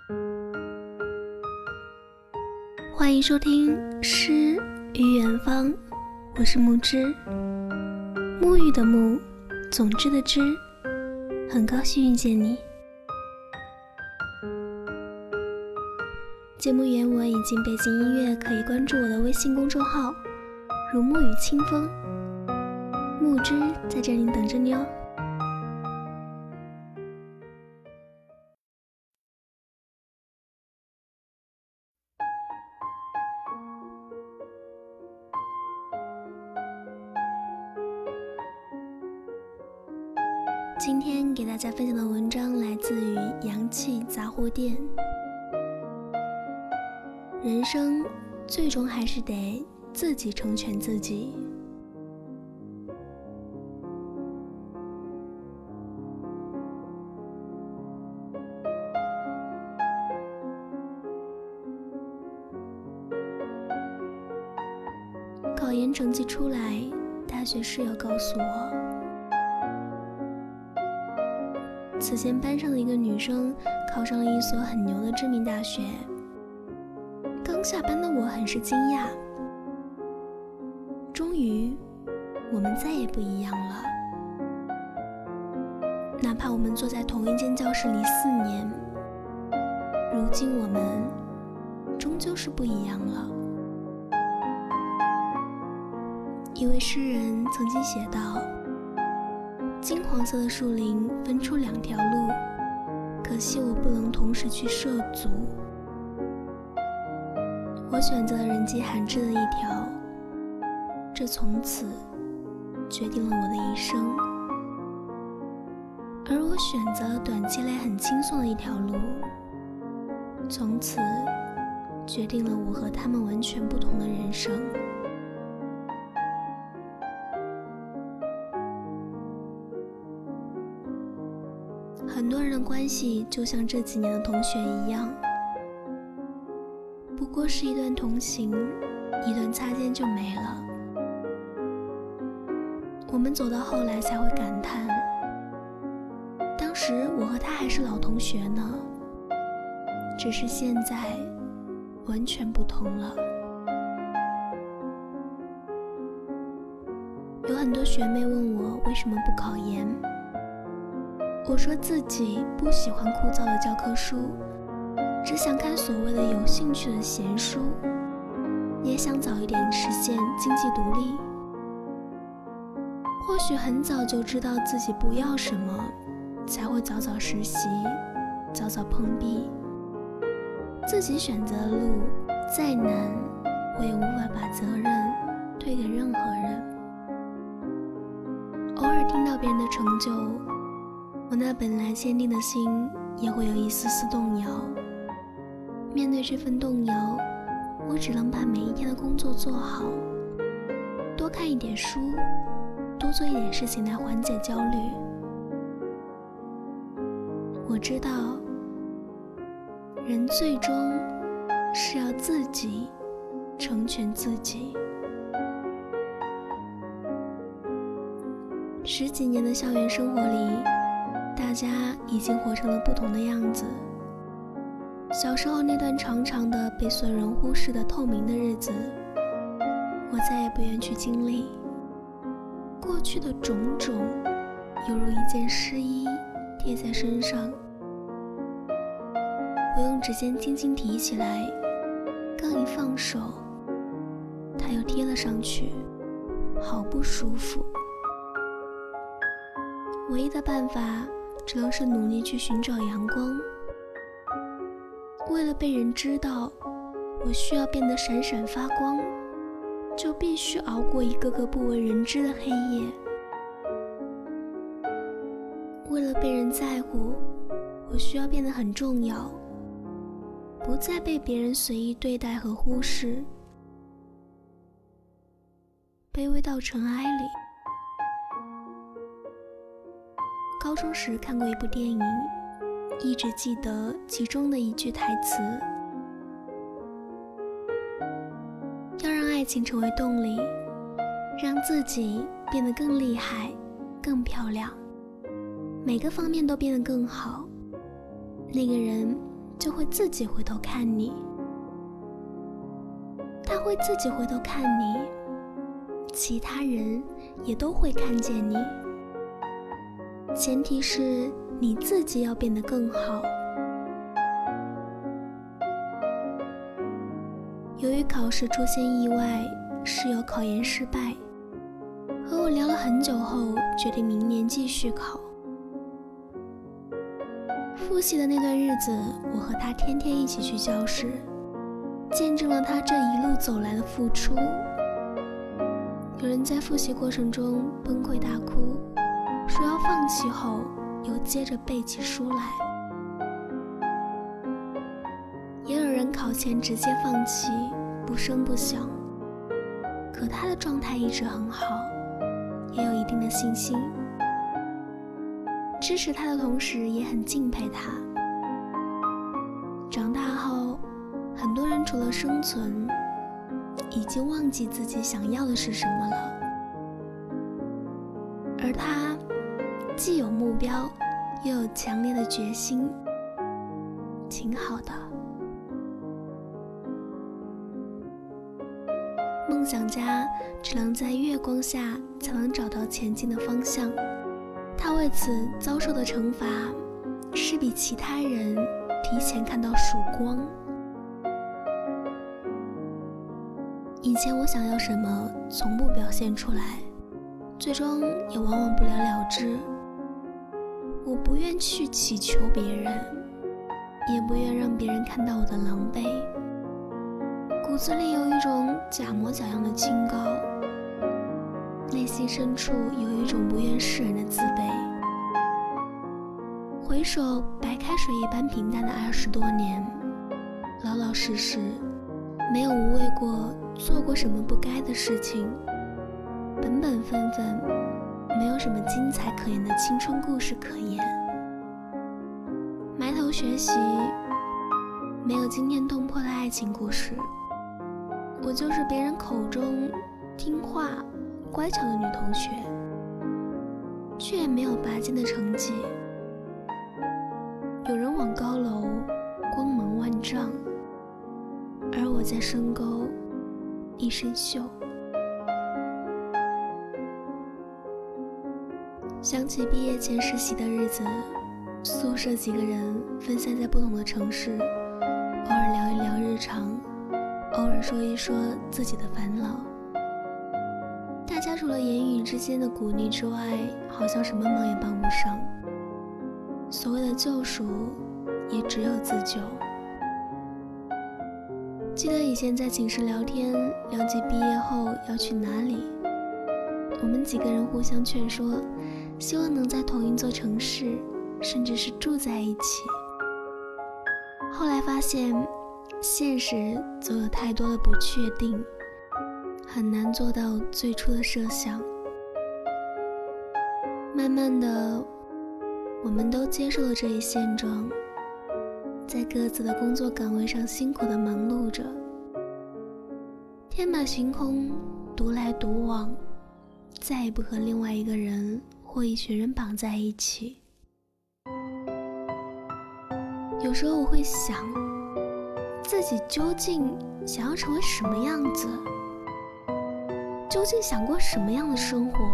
欢迎收听诗与远方，我是木之，沐浴的沐，总之的之，很高兴遇见你。节目原文以及背景音乐可以关注我的微信公众号如沐与清风，木之在这里等着你哦。今天给大家分享的文章来自于阳气杂货店。人生最终还是得自己成全自己。考研成绩出来，大学室友告诉我，此前班上的一个女生考上了一所很牛的知名大学。刚下班的我很是惊讶，终于我们再也不一样了。哪怕我们坐在同一间教室里4年，如今我们终究是不一样了。一位诗人曾经写道，金黄色的树林分出2条路，可惜我不能同时去涉足。我选择了人迹罕至的一条，这从此决定了我的一生。而我选择了短期内很轻松的一条路，从此决定了我和他们完全不同的人生。很多人的关系就像这几年的同学一样，不过是一段同行，一段擦肩就没了。我们走到后来才会感叹，当时我和他还是老同学呢，只是现在完全不同了。有很多学妹问我为什么不考研，我说自己不喜欢枯燥的教科书，只想看所谓的有兴趣的闲书，也想早一点实现经济独立。或许很早就知道自己不要什么，才会早早实习，早早碰壁。自己选择的路再难，我也无法把责任推给任何人。偶尔听到别人的成就，我那本来坚定的心也会有一丝丝动摇。面对这份动摇，我只能把每一天的工作做好，多看一点书，多做一点事情来缓解焦虑。我知道，人最终是要自己成全自己。10几年的校园生活里，大家已经活成了不同的样子。小时候那段长长的被所有人忽视的透明的日子，我再也不愿去经历。过去的种种犹如一件湿衣贴在身上，我用指尖轻轻提起来，刚一放手，它又贴了上去，好不舒服。唯一的办法只能是努力去寻找阳光。为了被人知道，我需要变得闪闪发光，就必须熬过一个个不为人知的黑夜。为了被人在乎，我需要变得很重要，不再被别人随意对待和忽视。卑微到尘埃里。高中时看过一部电影，一直记得其中的一句台词，要让爱情成为动力，让自己变得更厉害，更漂亮，每个方面都变得更好，那个人就会自己回头看你，他会自己回头看你，其他人也都会看见你。前提是你自己要变得更好。由于考试出现意外，室友考研失败，和我聊了很久后，决定明年继续考。复习的那段日子，我和他天天一起去教室，见证了他这一路走来的付出。有人在复习过程中崩溃大哭，说要放弃后，又接着背起书来。也有人考前直接放弃，不声不响，可他的状态一直很好，也有一定的信心。支持他的同时也很敬佩他。长大后，很多人除了生存，已经忘记自己想要的是什么了，而他既有目标，又有强烈的决心，挺好的。梦想家只能在月光下才能找到前进的方向，他为此遭受的惩罚是比其他人提前看到曙光。以前我想要什么从不表现出来，最终也往往不了了之。我不愿去祈求别人，也不愿让别人看到我的狼狈，骨子里有一种假模假样的清高，内心深处有一种不愿示人的自卑。回首白开水一般平淡的20多年，老老实实，没有无畏过，做过什么不该的事情，本本分分，没有什么精彩可言的青春故事可言。埋头学习，没有惊天动魄的爱情故事，我就是别人口中听话乖巧的女同学，却也没有拔尖的成绩。有人往高楼光芒万丈，而我在深沟一身锈。想起毕业前实习的日子，宿舍几个人分散在不同的城市，偶尔聊一聊日常，偶尔说一说自己的烦恼。大家除了言语之间的鼓励之外，好像什么忙也帮不上。所谓的救赎，也只有自救。记得以前在寝室聊天，聊起毕业后要去哪里，我们几个人互相劝说，希望能在同一座城市，甚至是住在一起。后来发现，现实总有太多的不确定，很难做到最初的设想。慢慢的，我们都接受了这一现状，在各自的工作岗位上辛苦地忙碌着，天马行空，独来独往，再也不和另外一个人或一群人绑在一起。有时候我会想，自己究竟想要成为什么样子？究竟想过什么样的生活？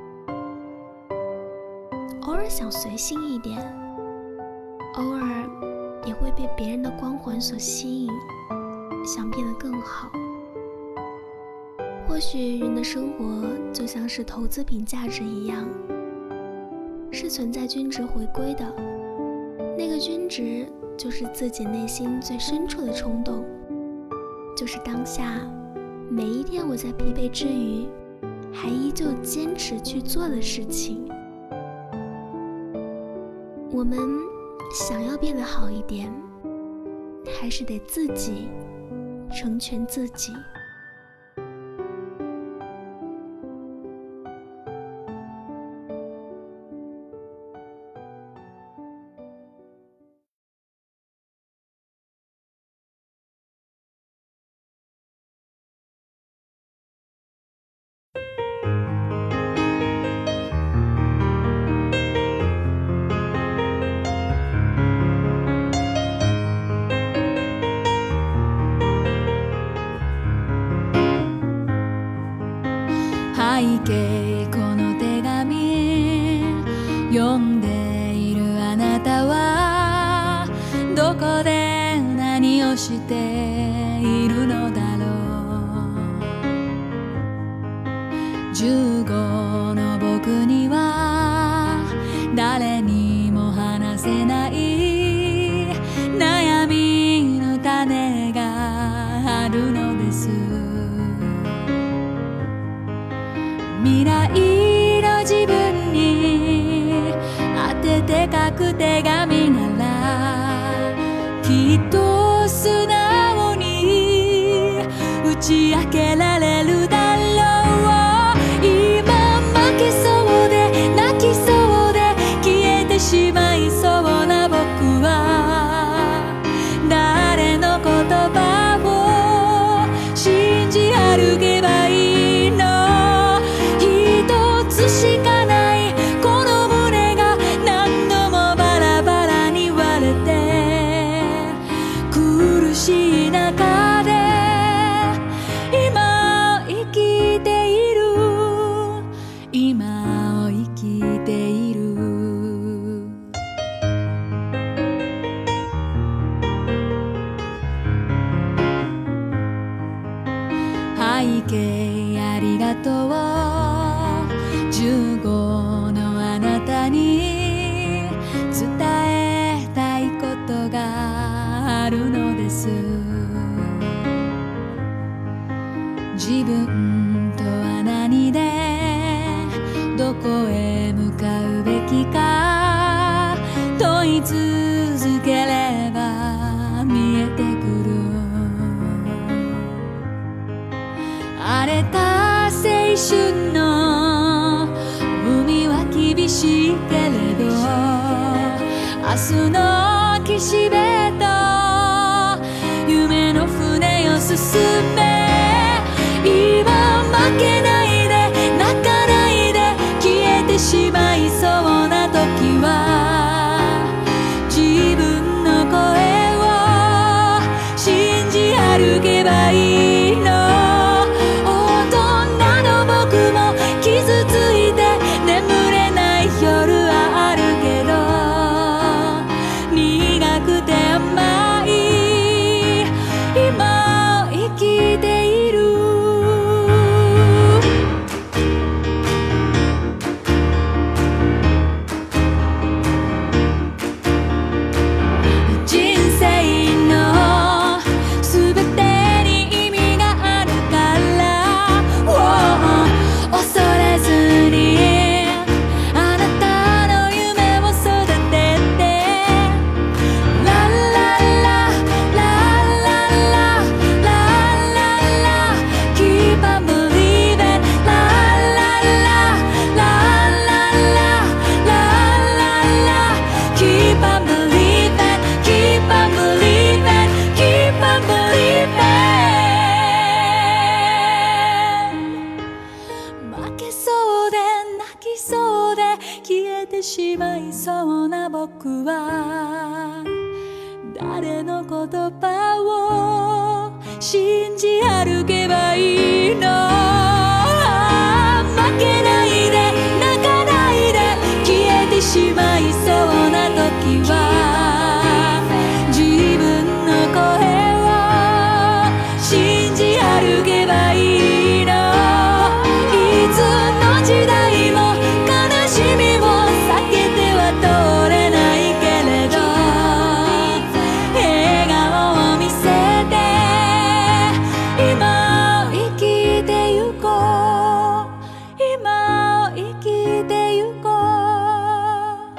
偶尔想随性一点，偶尔也会被别人的光环所吸引，想变得更好。或许人的生活就像是投资品价值一样，是存在均值回归的，那个均值就是自己内心最深处的冲动，就是当下每一天我在疲惫之余还依旧坚持去做的事情。我们想要变得好一点，还是得自己成全自己。 どこで何をしているのだろう。15の僕には誰にも話せない悩みの種があるのです。未来の自分に当てて書く手紙ならきっと素直に打ち明けられるだろう。今負けそうで泣きそうで消えてしまいそうな僕は誰の言葉を信じ歩けばいいの。一つしかないこの胸が何度もバラバラに割れて苦しい中で今を生きている今を生きている。背景ありがとう15のあなたに伝えたいことがあるのです。自分とは何でどこへ向かうべきか問い続ければ見えてくる。荒れた青春の海は厳しいけれど明日の岸辺と夢の船を進め。今負けないで泣かないで消えてしまいそうな時は自分の声を信じ歩けばいいの。大人の僕も傷ついて眠れない夜はあるけど苦くて甘い今を生きている。人生のすべてに意味があるから恐れずにあなたの夢を育ててラララララララララ Keep on believing ララララララララ Keep on believing Keep on believing Keep on believing 負けそうで泣きそうで消えてしまいそうな僕は誰の言葉を信じ歩けばいいの。負けないで泣かないで消えてしまいそうな時は自分の声を信じ歩けばいいの。いつの時代も悲しみを避けては通れないけれど笑顔を見せて今を生きてゆこう今を生きてゆこう。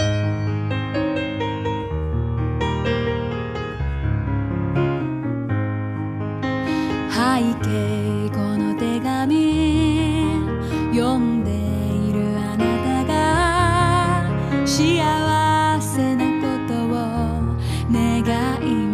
背景この手紙読んでいるあなたが幸せなことを願い